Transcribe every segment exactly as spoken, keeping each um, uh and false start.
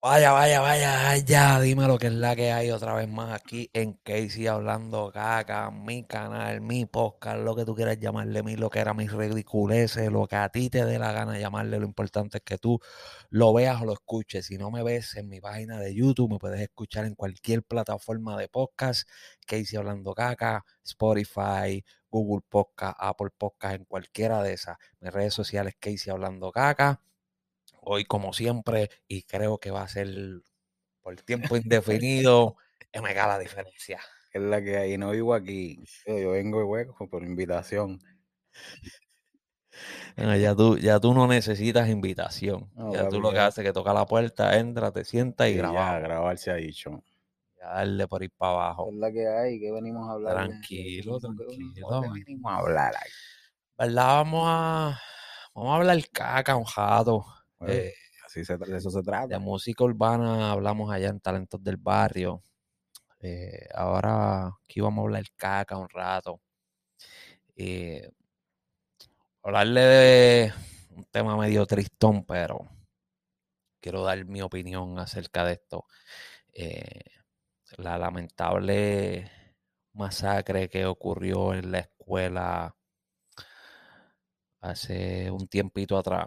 Vaya, vaya, vaya, vaya, dime lo que es la que hay otra vez más aquí en Casey Hablando Caca, mi canal, mi podcast, lo que tú quieras llamarle, mi lo que era mis ridiculeces, lo que a ti te dé la gana llamarle, lo importante es que tú lo veas o lo escuches. Si no me ves en mi página de YouTube, me puedes escuchar en cualquier plataforma de podcast, Casey Hablando Caca, Spotify, Google Podcast, Apple Podcast, en cualquiera de esas. Mis redes sociales, Casey Hablando Caca. Hoy, como siempre, y creo que va a ser por tiempo indefinido, M K la diferencia. Es la que hay. No vivo aquí. Yo, yo vengo de hueco por invitación. Bueno, ya tú, ya tú no necesitas invitación. No, Ya tú papi, lo que ya. haces es que toca la puerta, entra, te sientas y Y ya, grabamos. grabar se ha dicho. Ya darle por ir para Es abajo. la que hay. ¿Qué venimos a hablar de, de qué Tranquilo, venimos, qué venimos, tranquilo. qué venimos a hablar aquí? ¿Verdad? Vamos a, vamos a hablar caca un rato. Eh, Pues, así se, de eso se de trata. música urbana hablamos allá en Talentos del Barrio. Eh, ahora aquí vamos a hablar caca un rato. Eh, hablarle de un tema medio tristón, pero quiero dar mi opinión acerca de esto. Eh, la lamentable masacre que ocurrió en la escuela hace un tiempito atrás.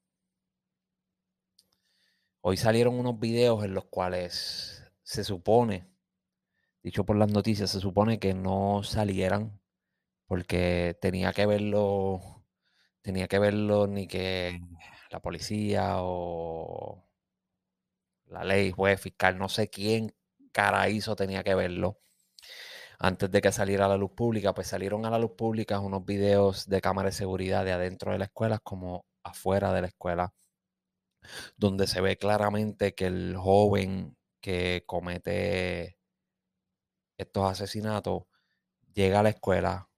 Hoy salieron unos videos en los cuales se supone, dicho por las noticias, se supone que no salieran porque tenía que verlo, tenía que verlo ni que la policía o la ley, juez, fiscal, no sé quién cara hizo, tenía que verlo. Antes de que saliera a la luz pública, pues salieron a la luz pública unos videos de cámara de seguridad de adentro de la escuela como afuera de la escuela, donde se ve claramente que el joven que comete estos asesinatos llega a la escuela,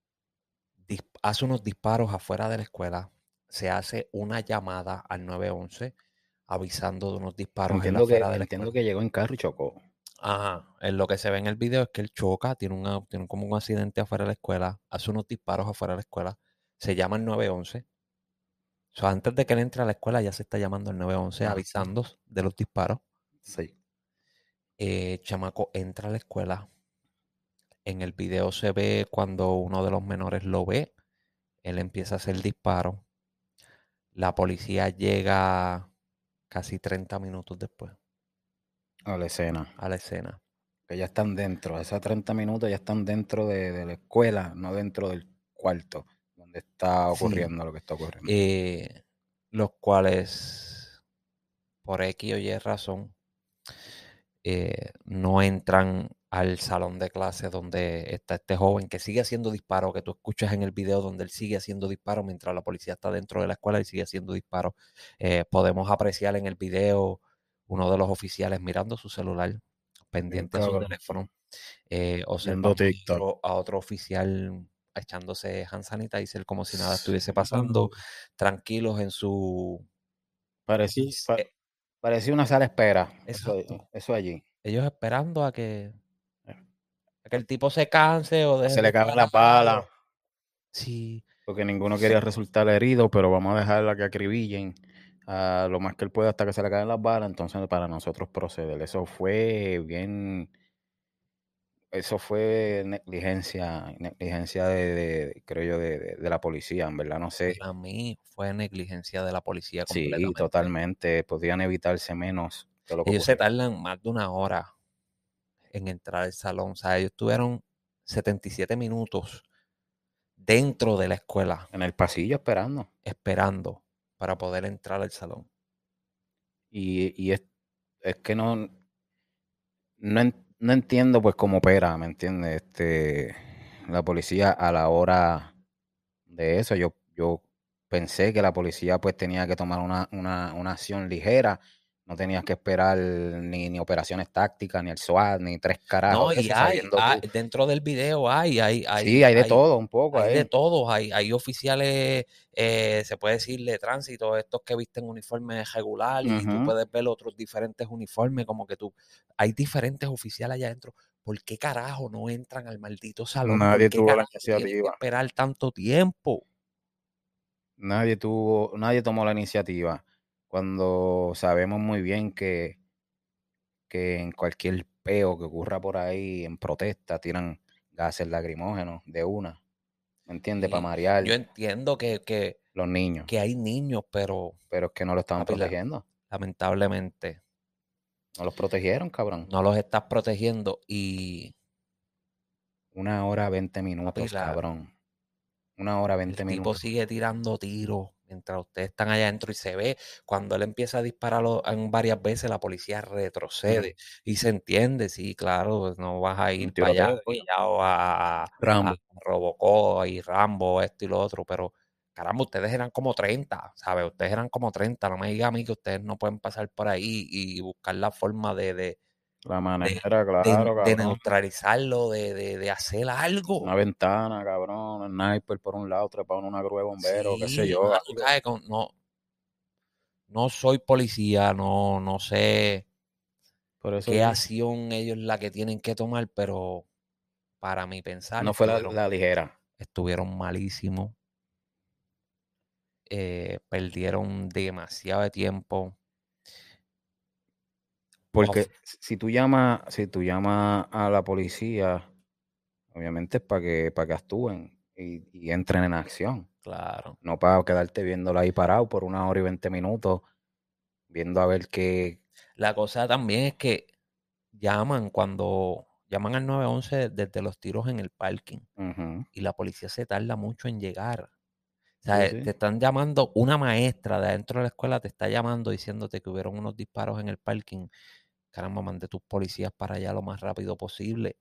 hace unos disparos afuera de la escuela, se hace una llamada al nueve once avisando de unos disparos en la Entiendo que, afuera de la entiendo escuela. que llegó en carro y chocó. Ajá, en lo que se ve en el video es que él choca, tiene, una, tiene como un accidente afuera de la escuela, hace unos disparos afuera de la escuela, se llama el nueve once. O sea, antes de que él entre a la escuela ya se está llamando el nueve once Ajá. avisando de los disparos. Sí. Eh, chamaco entra a la escuela. En el video se ve cuando uno de los menores lo ve, él empieza a hacer disparos. La policía llega casi treinta minutos después A la escena. a la escena. Que ya están dentro. Esos treinta minutos ya están dentro de, de la escuela, no dentro del cuarto donde está Sí, ocurriendo lo que está ocurriendo. eh, los cuales por X o Y razón eh, no entran al salón de clase donde está este joven que sigue haciendo disparos, que tú escuchas en el video donde él sigue haciendo disparos mientras la policía está dentro de la escuela y sigue haciendo disparos. Eh, podemos apreciar en el video uno de los oficiales mirando su celular, Bien pendiente a su cabrón. teléfono. Eh, Viendo observamos a TikTok. otro, a otro oficial echándose hand sanitizer como si nada estuviese pasando, Eso tranquilos en su... parecía, pa- eh, parecía una sala de espera. Eso, exacto. eso allí. Ellos esperando a que a que el tipo se canse o No deje se de le caben disparar. las balas, O... Sí, porque ninguno quería resultar herido, pero vamos a dejarla que acribillen a lo más que él pueda hasta que se le caen las balas. Entonces, para nosotros proceder. Eso fue bien. Eso fue negligencia, negligencia de, de- creo yo, de, de- de la policía, en verdad, no sé. para mí fue negligencia de la policía Sí, completamente. totalmente, podían evitarse menos de lo que Ellos se ocurrió. tardan más de una hora en entrar al salón. O sea, ellos tuvieron setenta y siete minutos dentro de la escuela En el pasillo esperando. esperando para poder entrar al salón. Y, y es, es que no, no, en- no entiendo pues cómo opera, ¿me entiendes? Este, la policía a la hora de eso. Yo, yo pensé que la policía pues tenía que tomar una, una, una acción ligera, no tenías que esperar ni, ni operaciones tácticas, ni el SWAT, ni tres carajos No, de y eso, hay, sabiendo hay- tú. dentro del video hay, hay, Sí, hay, hay de hay, todo un poco hay de ahí. todos, hay, hay oficiales, eh, se puede decir, de tránsito, estos que visten uniformes regular y tú Ujú. puedes ver otros diferentes uniformes, como que tú, hay diferentes oficiales allá adentro. ¿Por qué carajo no entran al maldito salón? ¿Por Nadie qué tuvo la carajo tienen que iniciativa. esperar tanto tiempo? Nadie tuvo, nadie tomó la iniciativa. Cuando sabemos muy bien que que en cualquier peo que ocurra por ahí en protesta tiran gases lacrimógenos de una, ¿me entiendes? Para Y marear yo entiendo que, que, los niños, que hay niños, pero pero es que no lo estaban papi, la- protegiendo. lamentablemente No los protegieron, cabrón. no los estás protegiendo y Una hora, veinte papi, minutos, la, cabrón. Una hora, el veinte tipo minutos. sigue tirando tiros mientras ustedes están allá adentro y se ve cuando él empieza a dispararlo en varias veces, la policía retrocede y se entiende, sí, claro, pues no vas a Un ir para allá tiroteo, coño. guillado a, a, Rambo. a Robocop y Rambo, esto y lo otro, pero caramba, ustedes eran como treinta, ¿sabes? Ustedes eran como treinta, no me diga a mí que ustedes no pueden pasar por ahí y buscar la forma de, de, La de, manera, de- claro, de cabrón. neutralizarlo, de, de, de hacer Una algo. ventana, cabrón. Un sniper por un lado, trepado en una grúa de bombero, qué sé Sí, yo, mano, algo. cae con, no, no soy policía, no, no sé Por eso qué digo. acción ellos la que tienen que tomar, pero para mi pensar No fue la, estuvieron, la ligera. estuvieron malísimos, eh, perdieron demasiado de tiempo. Of- Porque si tú llamas, si tú llamas a la policía, obviamente es para que, para que actúen y, y entren en acción. claro. No para quedarte viéndolo ahí parado por una hora y veinte minutos, viendo a ver qué. La cosa también es que llaman cuando llaman al nueve once desde los tiros en el parking Ujú. y la policía se tarda mucho en llegar. O Sí, sea, eh, sí. te están llamando, una maestra de adentro de la escuela te está llamando diciéndote que hubieron unos disparos en el parking. Caramba, mande tus policías para allá lo más rápido posible.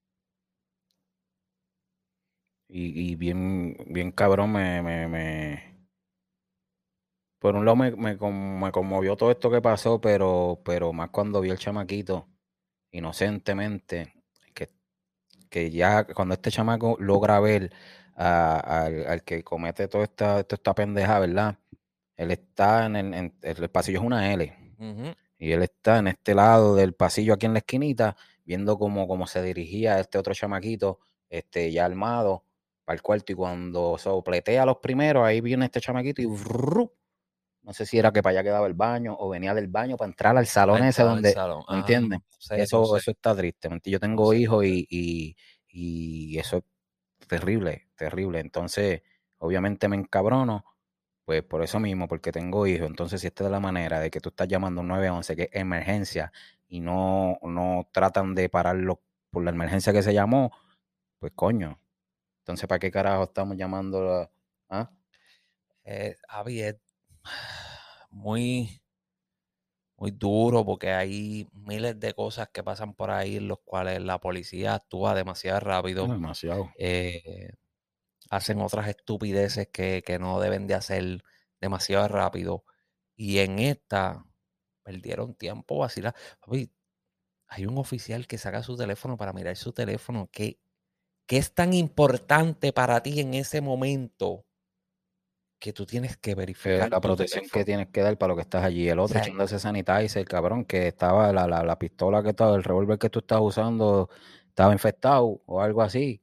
Y, y bien, bien cabrón me, me, me, por un lado me, me, con- me conmovió todo esto que pasó, pero, pero más cuando vi al chamaquito inocentemente, que, que ya cuando este chamaco logra ver a- al, al que comete toda esta, toda esta pendeja, ¿verdad? Él está en el, en- el pasillo es una L, Ujú. y él está en este lado del pasillo aquí en la esquinita, viendo cómo, cómo se dirigía este otro chamaquito, este, ya armado, para el cuarto, y cuando sopletea a los primeros, ahí viene este chamaquito y ¡vrru! No sé si era que para allá quedaba el baño o venía del baño para entrar al Para salón ese entrar al donde, salón. ¿me Ajá, no, entiendes? no sé, no Eso, sé, eso está triste. ¿me entiendes? Yo no tengo sé. hijos y, y, y eso es terrible, terrible. Entonces, obviamente me encabrono, pues por eso mismo, porque tengo hijos. Entonces, si esta es la manera de que tú estás llamando un nueve once, que es emergencia, y no, no tratan de pararlo por la emergencia que se llamó, pues coño. Entonces, ¿para qué carajo estamos llamando? a- ¿Ah? Eh, Avi, es muy, muy duro porque hay miles de cosas que pasan por ahí en los cuales la policía actúa demasiado No, rápido. demasiado. eh, hacen otras estupideces que, que no deben de hacer demasiado rápido. Y en esta perdieron tiempo vacilar. Papi, hay un oficial que saca su teléfono para mirar su teléfono. ¿Qué, qué es tan importante para ti en ese momento que tú tienes que Eh, verificar la tu protección que teléfono? tienes que dar para lo que estás allí. El O otro sea, echándose sanitizer, cabrón, que estaba la, la, la pistola que estaba, el revólver que tú estabas usando, estaba infectado o algo así.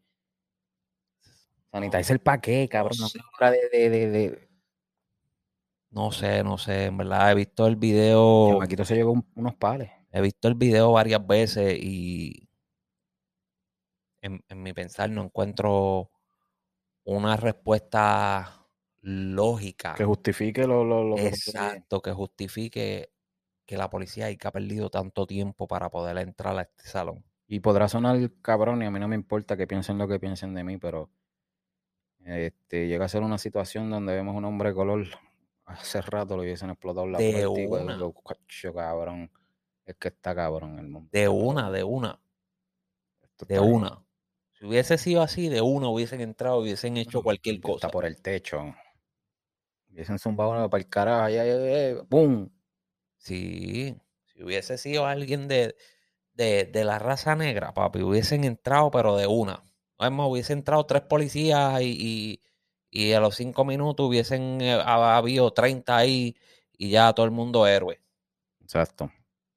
no, Sanitizer para qué, no cabrón, no sé, una hora de, de, de, de- no sé, no sé. En verdad he visto el El video, chamaquito se llevó un- unos pales. he visto el video varias veces y en, en mi pensar no encuentro una respuesta Que lógica, justifique lo, lo, lo que pasó allí. exacto, que justifique que la policía haya perdido tanto tiempo para poder entrar a este salón. Y podrá sonar cabrón y a mí no me importa que piensen lo que piensen de mí, pero este, llega a ser una situación donde vemos un hombre de color. Hace rato le hubiesen explotado la De puerta y pues, una, cocho, cabrón. Es que está cabrón el mundo. de Está una, cabrón. de una, Esto de está cabrón. una. Si hubiese sido así, de una hubiesen entrado, hubiesen hecho No, cualquier está cosa. por el techo. Hubiesen zumbado para el carajo. Ay, ay, ay, ay, ¡pum! Sí, si hubiese sido alguien de, de, de la raza negra, papi, hubiesen entrado, pero de una. No es más, hubiesen entrado tres policías y, y, y a los cinco minutos hubiesen eh, hab- habido treinta ahí y ya todo el mundo héroe. Exacto.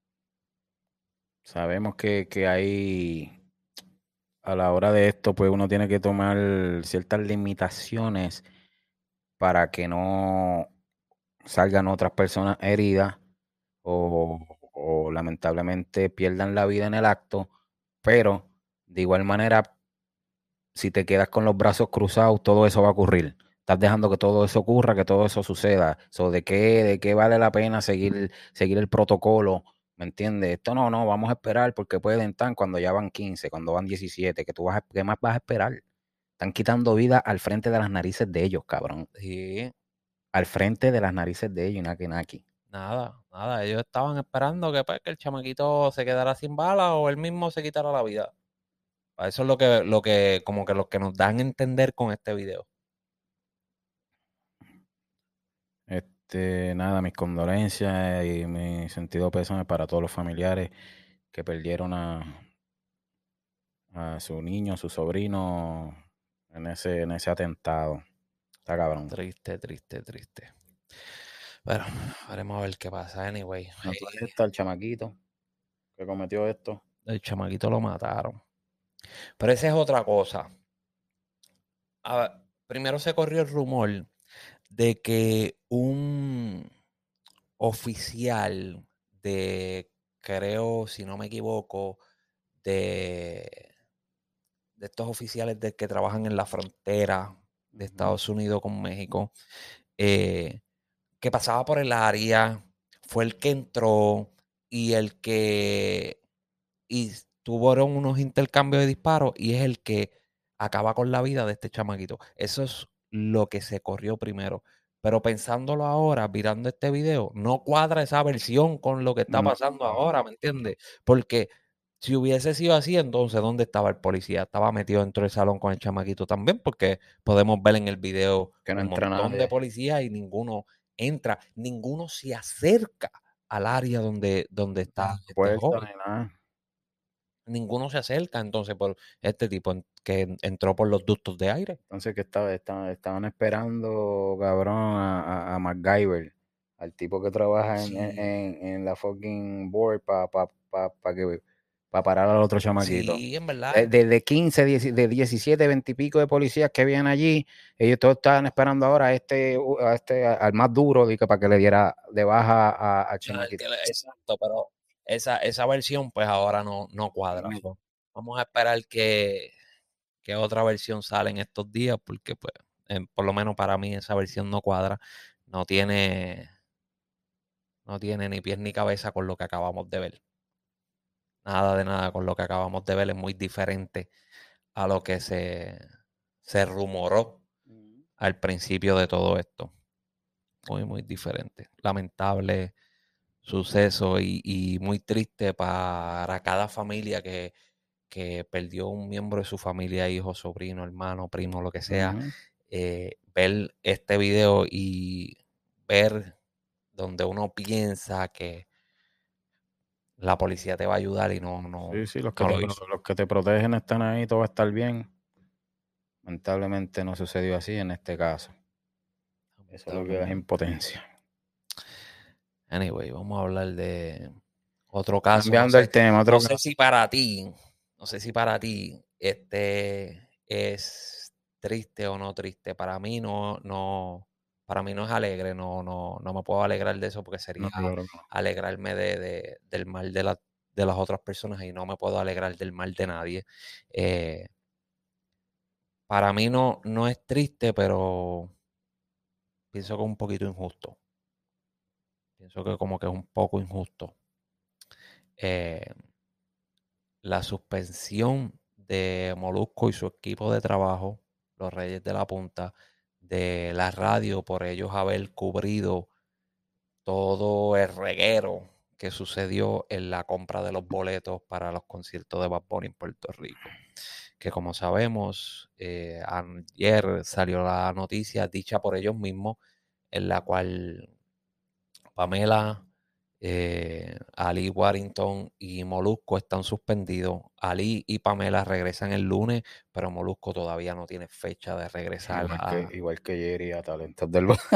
Sabemos que, que hay, a la hora de esto, pues uno tiene que tomar ciertas limitaciones para que no salgan otras personas heridas o, o lamentablemente pierdan la vida en el acto, pero de igual manera, si te quedas con los brazos cruzados, todo eso va a ocurrir. Estás dejando que todo eso ocurra, que todo eso suceda. So, ¿de qué, de qué vale la pena seguir, seguir el protocolo? ¿Me entiendes? Esto no, no, vamos a esperar porque pueden tan cuando ya van quince, cuando van diecisiete, que tú vas a, ¿qué más vas a esperar? Están quitando vida al frente de las narices de ellos, cabrón. Sí, Al frente de las narices de ellos, naki naki. nada, nada. Ellos estaban esperando que, pues, que el chamaquito se quedara sin bala o él mismo se quitara la vida. Eso es lo que, lo que, como que lo que nos dan a entender con este video. Este, nada, mis condolencias y mi sentido pésame para todos los familiares que perdieron a, a su niño, a su sobrino en ese, en ese atentado. Está cabrón. Triste, triste, triste. Bueno, veremos a ver qué pasa. Anyway, ¿No eh, está el chamaquito que cometió esto? el chamaquito lo mataron. Pero esa es otra cosa. A ver, primero se corrió el rumor de que un oficial de, creo, si no me equivoco, de, de estos oficiales de que trabajan en la frontera de Estados Unidos con México, eh, que pasaba por el área, fue el que entró y el que y tuvieron unos intercambios de disparos y es el que acaba con la vida de este chamaquito. Eso es lo que se corrió primero. Pero pensándolo ahora, mirando este video, no cuadra esa versión con lo que está No, pasando ahora, ¿me entiendes? Porque si hubiese sido así, entonces, ¿dónde estaba el policía? Estaba metido dentro del salón con el chamaquito también, porque podemos ver en el video que no un entra montón de nadie. policías y ninguno entra, ninguno se acerca al área donde, donde está este Puerta joven. ni nada. Ninguno se acerca entonces por este tipo en- que en- entró por los ductos de aire. Entonces, que estaba, estaban, estaban esperando, cabrón, a, a, a MacGyver, al tipo que trabaja en, en, Sí, en- en la fucking board para pa, pa, pa que, pa parar al otro chamaquito. sí, en verdad. De, de, de quince, diez, de diecisiete, veinte y pico de policías que vienen allí, ellos todos estaban esperando ahora a este, a este, al más duro, de que para que le diera de baja a- al al chamaquito. que le- Exacto, pero esa, esa versión pues ahora no, no cuadra. So, vamos a esperar que, que otra versión sale en estos días porque pues em, por lo menos para mí esa versión no cuadra. No tiene, no tiene ni pies ni cabeza con lo que acabamos de ver. Nada de nada con lo que acabamos de ver es muy diferente a lo que se, se rumoró al principio de todo esto. Muy, muy diferente. Lamentable suceso y, y muy triste para cada familia que, que perdió un miembro de su familia, hijo, sobrino, hermano, primo, lo que sea. Ujú. eh, ver este video y ver donde uno piensa que la policía te va a ayudar y no, no, Sí, sí, los que no te, lo hizo. los que te protegen están ahí, todo va a estar bien. Lamentablemente no sucedió así en este caso. Eso es lo que da Lamentablemente. impotencia. Anyway, vamos a hablar de otro caso. No Cambiando sé, el tema, no otro sé caso. si para ti, no sé si para ti este es triste o no triste. Para mí no, no, para mí no es alegre. No, no, no me puedo alegrar de eso porque No, sería claro que no. alegrarme de, de- del mal de la- de las otras personas y no me puedo alegrar del mal de nadie. Eh, para mí no, no es triste, pero pienso que es un poquito injusto. Pienso que como que es un poco injusto. Eh, la suspensión de Molusco y su equipo de trabajo, los Reyes de la Punta, de la radio por ellos haber cubrido todo el reguero que sucedió en la compra de los boletos para los conciertos de Bad Bunny en Puerto Rico. Que como sabemos, eh, ayer salió la noticia dicha por ellos mismos, en la cual Pamela, eh, Ali Warrington y Molusco están suspendidos. Ali y Pamela regresan el lunes, pero Molusco todavía no tiene fecha de regresar Igual que, a... igual que Jerry a Talentos del Bar.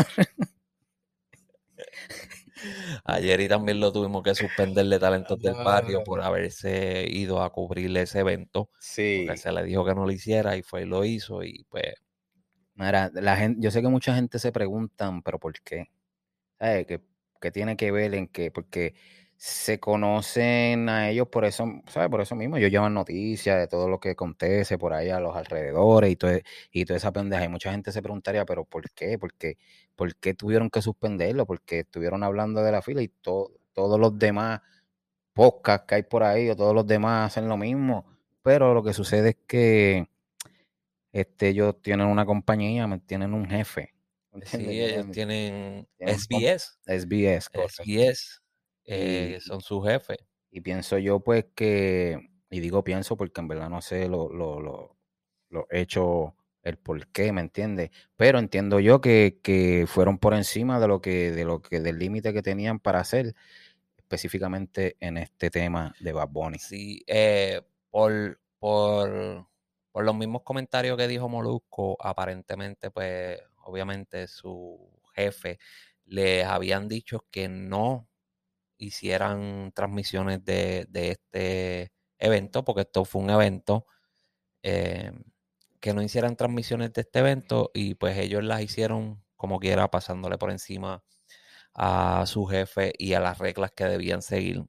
Ayer y también lo tuvimos que suspender de Talentos del Barrio por Ah, haberse ido a cubrir ese evento, porque sí. se le dijo que no lo hiciera y fue y lo hizo y pues Mira, la gente, yo sé que mucha gente se preguntan, pero ¿por qué? ¿Sabes? ¿Qué, qué tiene que ver en que? Porque se conocen a ellos por eso, ¿sabes? Por eso mismo. Ellos llevan noticias de todo lo que acontece por ahí a los alrededores y, todo, y toda esa pendeja. Y mucha gente se preguntaría, ¿pero por qué? ¿Por qué, ¿Por qué tuvieron que suspenderlo? Porque estuvieron hablando de la fila y to, todos los demás podcasts que hay por ahí o todos los demás hacen lo mismo. Pero lo que sucede es que este, ellos tienen una compañía, tienen un jefe. ¿Entiendes? Sí, ellos Tienen, tienen tienen S B S, S B S, correcto. S B S, eh, Y, son su jefe. y pienso yo, pues, que, y digo pienso porque en verdad no sé lo, lo, lo, lo hecho, el por qué, ¿me entiendes? Pero entiendo yo que, que fueron por encima de lo que, de lo que, del límite que tenían para hacer, específicamente en este tema de Bad Bunny. Sí, eh, por, por, por los mismos comentarios que dijo Molusco, aparentemente, pues, obviamente su jefe les habían dicho que no hicieran transmisiones de, de este evento, porque esto fue un evento, eh, que no hicieran transmisiones de este evento y pues ellos las hicieron como quiera, pasándole por encima a su jefe y a las reglas que debían seguir.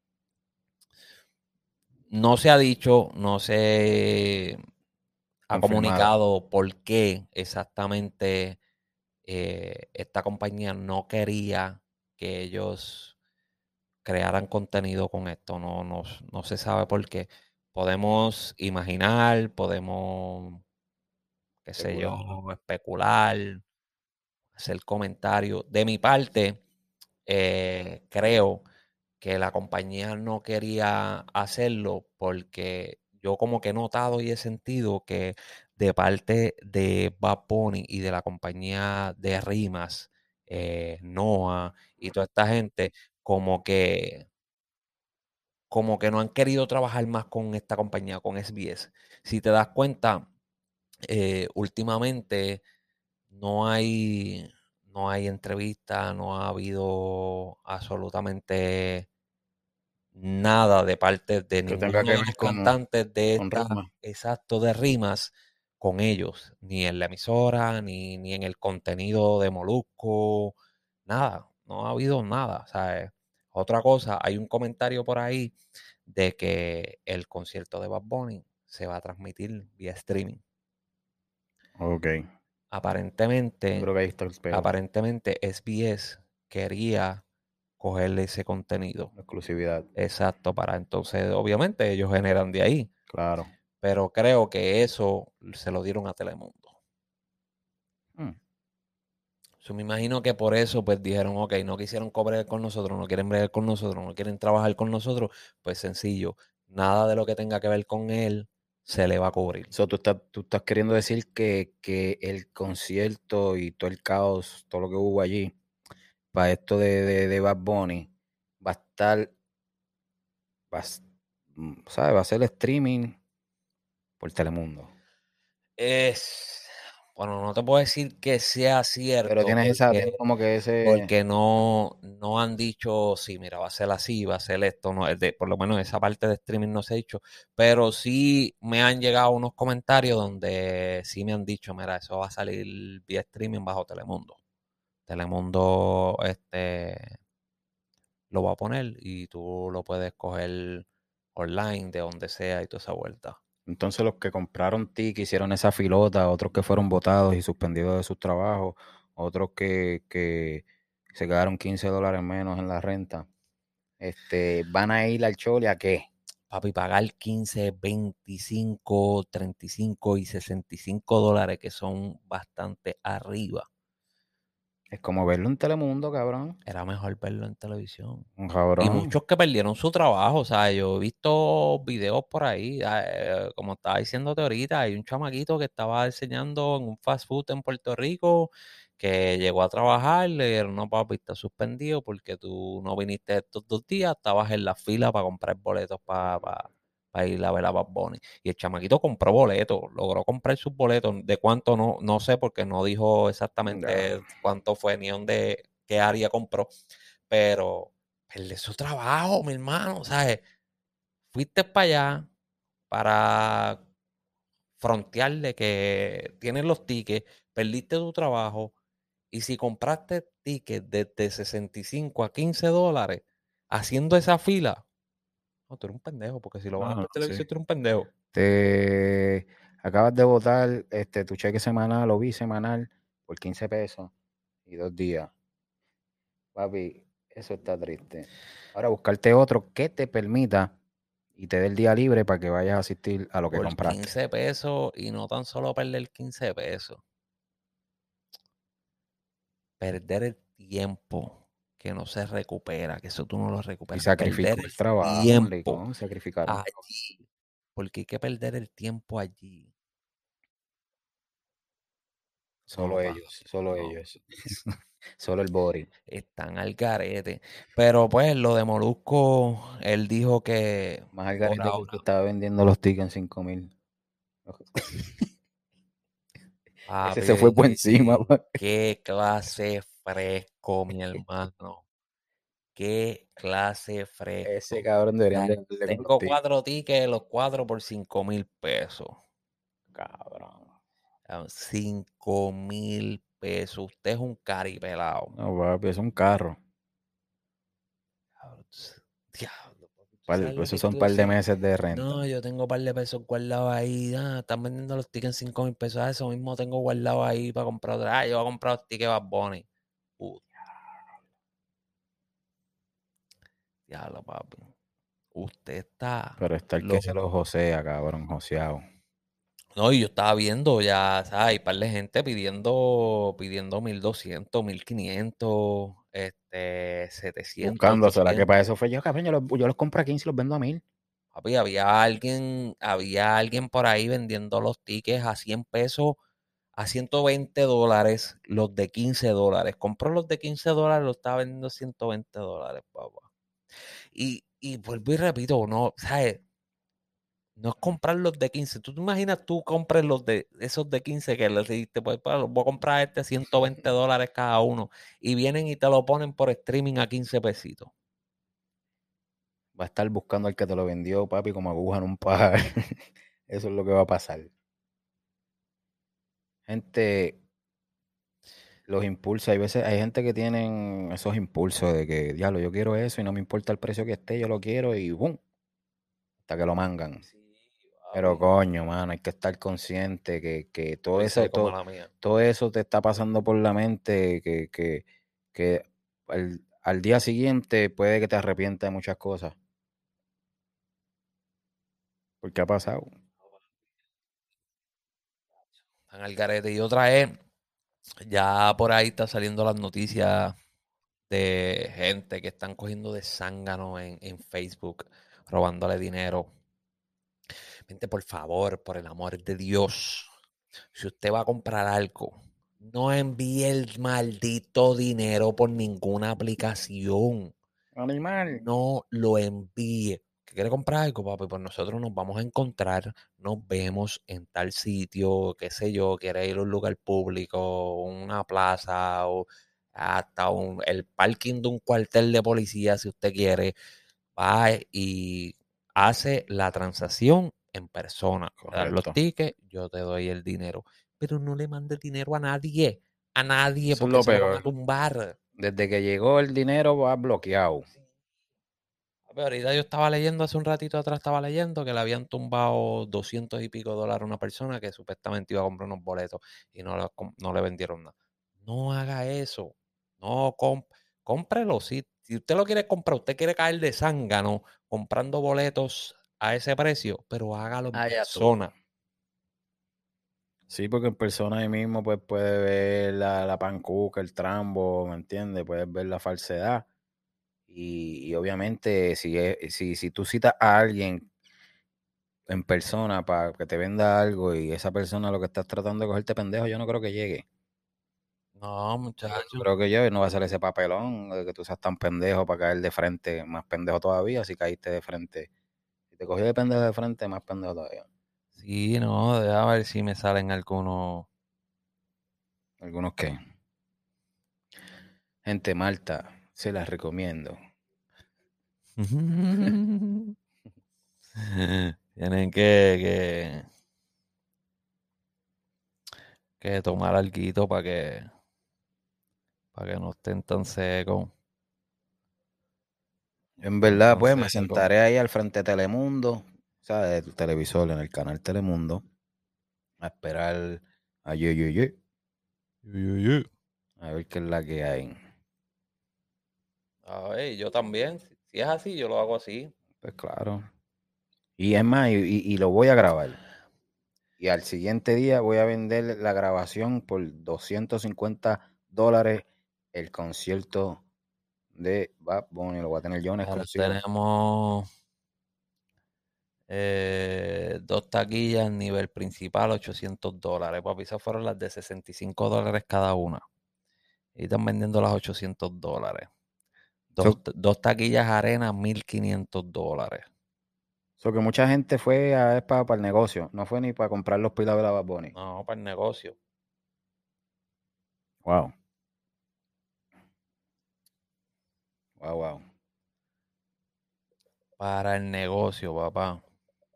No se ha dicho, no se ha Confirmado. comunicado por qué exactamente eh, esta compañía no quería que ellos crearan contenido con esto. No, no, no se sabe por qué. Podemos imaginar, podemos, qué sé yo, Especular. especular, hacer comentarios. De mi parte, eh, creo que la compañía no quería hacerlo porque yo como que he notado y he sentido que de parte de Bad Bunny y de la compañía de rimas, eh, Noah y toda esta gente, como que, como que no han querido trabajar más con esta compañía, con S B S. Si te das cuenta, eh, últimamente no hay, no hay entrevistas, no ha habido absolutamente nada de parte de Que tenga ninguno que de ver los con, cantantes de con esta, Rima. exacto, de rimas con ellos, ni en la emisora, ni, ni en el contenido de Molusco, nada, no ha habido nada, ¿sabes? Otra cosa, hay un comentario por ahí de que el concierto de Bad Bunny se va a transmitir vía streaming. Ok. Yo Aparentemente, creo que ahí está el peo. aparentemente S B S quería cogerle ese contenido. La exclusividad. Exacto, para entonces, obviamente, ellos generan de ahí. Claro. Pero creo que eso se lo dieron a Telemundo. Mm. Yo me imagino que por eso, pues dijeron, ok, no quisieron cobrar con nosotros, no quieren bregar con nosotros, no quieren trabajar con nosotros. Pues sencillo, nada de lo que tenga que ver con él se le va a cubrir. So, tú estás, tú estás queriendo decir que, que el concierto y todo el caos, todo lo que hubo allí, para esto de, de, de Bad Bunny, va a estar, va, a s- mm, ¿sabes? Va a ser streaming por Telemundo. Es, bueno, no te puedo decir que sea Pero cierto tienes esa, porque tienes como que ese, porque no, no han dicho, sí, mira, va a ser así, va a ser esto, no, es de, por lo menos esa parte de streaming no se ha dicho, pero sí me han llegado unos comentarios donde sí me han dicho, mira, eso va a salir vía streaming bajo Telemundo. Telemundo, este, lo va a poner y tú lo puedes coger online, de donde sea y toda esa vuelta. entonces los que compraron tickets, hicieron esa filota, otros que fueron votados y suspendidos de sus trabajos, otros que, que se quedaron quince dólares menos en la renta, este, van a ir al Choli a qué? Papi, pagar quince, veinticinco, treinta y cinco y sesenta y cinco dólares, que son bastante arriba. Es como verlo en Telemundo, cabrón. Era mejor verlo en televisión. Un Y cabrón. muchos que perdieron su trabajo, o sea, yo he visto videos por ahí, ah, eh, como estaba diciéndote ahorita, hay un chamaquito que estaba enseñando en un fast food en Puerto Rico, que llegó a trabajar, le dieron, no, papi, está suspendido porque tú no viniste estos dos días, estabas en la fila para comprar boletos para, para, para ir a ver a Bad Bunny. Y el chamaquito compró boletos, logró comprar sus boletos, de cuánto no, no sé, porque no dijo Ya. exactamente cuánto fue ni dónde, qué área compró, pero perder su trabajo, mi hermano, ¿sabes? Fuiste para allá para frontearle que tienes los tickets, perdiste tu trabajo y si compraste tickets desde sesenta y cinco a quince dólares, haciendo esa fila. No, tú eres un pendejo, porque si lo vas a No, ver no, por televisión, sí. tú eres un pendejo. Te acabas de votar este, tu cheque semanal o bisemanal por quince pesos y dos días. Papi, eso está triste. Ahora buscarte otro que te permita y te dé el día libre para que vayas a asistir a lo que Por compraste. quince pesos y no tan solo perder quince pesos. Perder el tiempo que no se recupera, que eso tú no lo Y recuperas. Perder sacrificó el el trabajo, tiempo maricón. Sacrificaron. allí, porque hay que perder el tiempo allí. No, Solo pa, ellos, solo no. ellos. Solo el body. Están al garete. Pero pues lo de Molusco, él dijo que Más al por garete que el que ahora, estaba vendiendo los tickets en cinco mil. Ese se fue por encima. papi, Pa. qué clase fresco, mi hermano. Qué clase Ese fresco. cabrón deberían Ya, de darle con los tengo tickets. cuatro tickets, los cuatro por cinco mil pesos. Cabrón. Ah, Cinco mil pesos. Usted es un caripelado. No, papi, es un carro. Diablo, tú- diablo, papi, ¿tú Par- sabes lo Esos que son un estoy par de haciendo? meses de renta. No, yo tengo un par de pesos guardados ahí. Ah, están vendiendo los tickets en cinco mil pesos. Ah, eso mismo tengo guardado ahí para comprar otra. Ah, yo voy a comprar los tickets Bad Bunny. Uh, diablo, papi. Usted está Pero está el que se loco. lo josea, cabrón, joseado. No, y yo estaba viendo ya, ¿sabes? Hay par de gente pidiendo, pidiendo mil doscientos, mil quinientos, este, setecientos, Buscándosela, que para ochocientos. eso fue yo, cabrón. Yo los, yo los compro a quince y los vendo a mil. Papi, había alguien, había alguien por ahí vendiendo los tickets a cien pesos, a ciento veinte dólares, los de quince dólares. Compró los de quince dólares, los estaba vendiendo a ciento veinte dólares, papá. Y, y vuelvo y repito, no, ¿sabes? No es comprar los de quince. ¿Tú te imaginas tú compres los de esos de quince que le dijiste, pues, pa, los voy a comprar a este ciento veinte dólares cada uno y vienen y te lo ponen por streaming a quince pesitos? Va a estar buscando al que te lo vendió, papi, como aguja en un pajar. Eso es lo que va a pasar. Gente, los impulsos, hay veces, hay gente que tienen esos impulsos de que, diablo, yo quiero eso y no me importa el precio que esté, yo lo quiero y ¡bum! Hasta que lo mangan. Sí, Pero papi. coño, mano, hay que estar consciente que, que todo Voy eso, seco, todo, mala mía. todo eso te está pasando por la mente, que, que, que al, al día siguiente puede que te arrepientas de muchas cosas. Porque ha pasado. Están al garete. Y otra es, ya por ahí está saliendo las noticias de gente que están cogiendo de zángano en, en Facebook, robándole dinero. Gente, por favor, por el amor de Dios, si usted va a comprar algo, no envíe el maldito dinero por ninguna aplicación. Animal. No lo envíe. ¿Que quiere comprar algo, papi? Pues nosotros nos vamos a encontrar, nos vemos en tal sitio, qué sé yo, quiere ir a un lugar público, una plaza o hasta un, el parking de un cuartel de policía, si usted quiere, va y hace la transacción en persona. Me das los Correcto. tickets, yo te doy el dinero. Pero no le mande dinero a nadie, a nadie, Eso es porque lo se lo van a peor. tumbar. Desde que llegó el dinero va bloqueado. Pero ahorita yo estaba leyendo, hace un ratito atrás estaba leyendo que le habían tumbado doscientos y pico dólares a una persona que supuestamente iba a comprar unos boletos y no, lo com- no le vendieron nada. No haga eso. No, com- cómprelo. Si, si usted lo quiere comprar, usted quiere caer de zángano comprando boletos a ese precio, pero hágalo en Allá tú. persona. Sí, porque en persona ahí mismo pues puede ver la, la pancuca, el trambo, ¿me entiendes? Puedes ver la falsedad. Y, y obviamente si, es- si, si tú citas a alguien en persona para que te venda algo y esa persona lo que estás tratando de cogerte pendejo, yo no creo que llegue. No, Yo no muchachos. creo que llegue, no va a ser ese papelón de que tú seas tan pendejo para caer de frente, más pendejo todavía si caíste de frente. Si te cogió de pendejo de frente, más pendejo todavía. Sí, no, a ver si me salen algunos. Algunos que. Gente Malta, se las recomiendo. Tienen que, que, que tomar alguito para que, para que no estén tan secos. En verdad, pues me Entonces, como- sentaré ahí al frente de Telemundo, o sea, del televisor en el canal Telemundo, a esperar a ye, ye, ye, a ver qué es la que hay. a ver, yo también. Si si es así, yo lo hago así. Pues claro. Y es más, y, y- y lo voy a grabar. Y al siguiente día voy a vender la grabación por doscientos cincuenta dólares el concierto de Bad Bunny. Lo voy a tener yo en Ahora exclusivo. tenemos eh, dos taquillas, nivel principal, ochocientos dólares. Papi, esas fueron las de sesenta y cinco dólares cada una. Y están vendiendo las ochocientos dólares. Dos, So, dos taquillas arena, mil quinientos dólares. so que mucha gente fue a es para el negocio. No fue ni para comprar los pilas de la Bad Bunny. No, para el negocio. Wow. Wow, wow. Para el negocio, papá.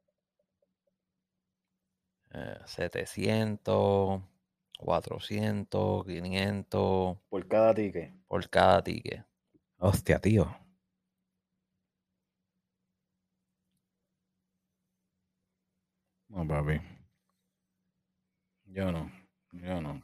Eh, setecientos, cuatrocientos, quinientos Por cada ticket. por cada ticket. Hostia, tío. No, papi. Yo no. Yo no.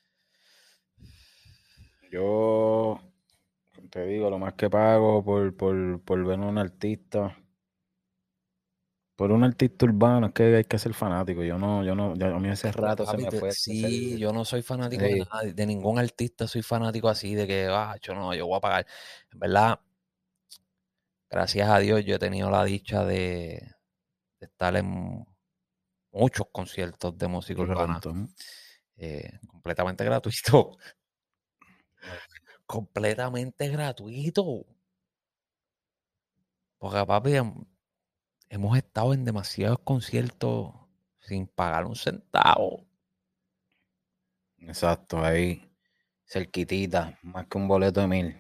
Yo te digo, lo más que pago por, por, por ver a un artista. Por un artista urbano es que hay que ser fanático. Yo no, yo no, ya a mí hace Es que, rato se papi, me te- fue de ser. sí, yo no soy fanático de Sí, nadie, de ningún artista soy fanático así, de que, ah, yo no, yo voy a pagar. En verdad, gracias a Dios, yo he tenido la dicha de, de estar en muchos conciertos de música mucho urbana, talento. eh, completamente gratuito, ¿No? completamente gratuito. Porque, papi, hem- hemos estado en demasiados conciertos sin pagar un centavo. Exacto, ahí, cerquitita, más que un boleto de mil.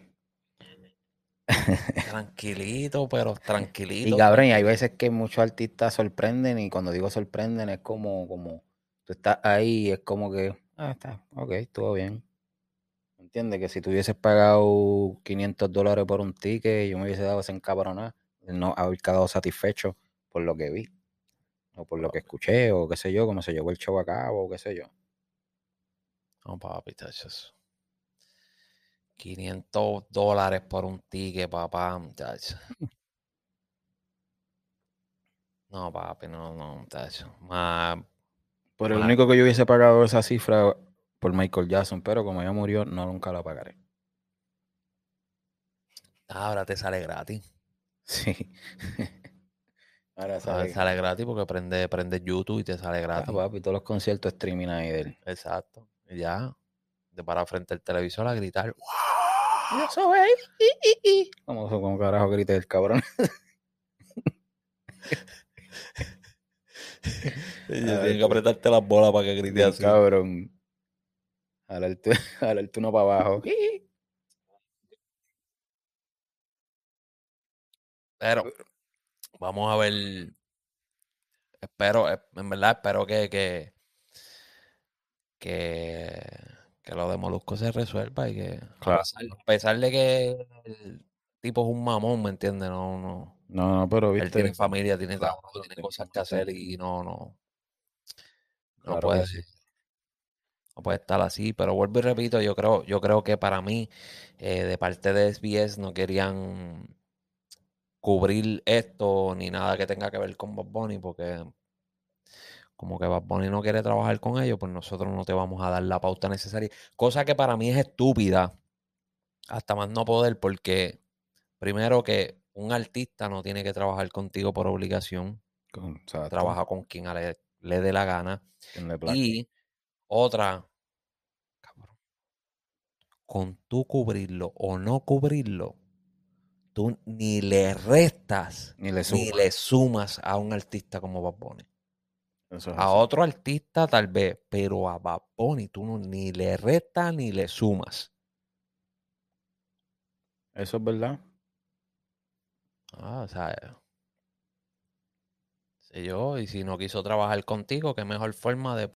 Tranquilito, pero Y tranquilito, cabrón, y hay tranquilito. veces que muchos artistas sorprenden, y cuando digo sorprenden es como, como, tú estás ahí y es como que, ah, está, ok, todo bien. ¿Entiendes? Que si tú hubieses pagado quinientos dólares por un ticket, yo me hubiese dado esa encabronada, no haber quedado satisfecho por lo que vi, o por lo que escuché, o qué sé yo, cómo se llevó el show a cabo, o qué sé yo. No, papi, tachos. quinientos dólares por un ticket, papá, muchacho. No, papi, no, no, muchacho. Más, Por el más, único que yo hubiese pagado esa cifra por Michael Jackson, pero como ella murió, no nunca la pagaré. ahora te sale gratis. Sí. Ahora Ahora te sale. sale gratis porque prende, prende YouTube y te sale Ah, gratis. papi, todos los conciertos streaming ahí de él. Exacto. Y ya, te paras frente al televisor a gritar. Yo soy. ¿Cómo, cómo carajo grité el cabrón? Y A tienen ver, que pues, apretarte las bolas para que grite bien así. cabrón. Jalarte, jalarte uno para abajo. Pero vamos a ver. Espero, eh, en verdad, espero que, que, que, que lo de Molusco se resuelva y que, a Claro. pesar, a pesar de que el tipo es un mamón, ¿me entiendes? No, no. No, no, pero Él viste. tiene familia, tiene Claro, trabajo, tiene tiene cosas que que ser. hacer y no, no, no Claro que puede, sí. no puede estar así. Pero vuelvo y repito, yo creo, yo creo que para mí, eh, de parte de S B S, no querían cubrir esto ni nada que tenga que ver con Bob Bunny, porque como que Bad Bunny no quiere trabajar con ellos, pues nosotros no te vamos a dar la pauta necesaria. Cosa que para mí es estúpida, hasta más no poder, porque primero que un artista no tiene que trabajar contigo por obligación, Exacto. trabaja con quien le, le dé la gana. Que le plazca. Y otra, cabrón, con tú cubrirlo o no cubrirlo, tú ni le restas Ni le ni suma. le sumas a un artista como Bad Bunny. Eso es A así. otro artista tal vez, pero a Bad Bunny tú no, ni le restas ni le sumas. Eso es verdad. Ah, o sea, sé yo, y si no quiso trabajar contigo, qué mejor forma de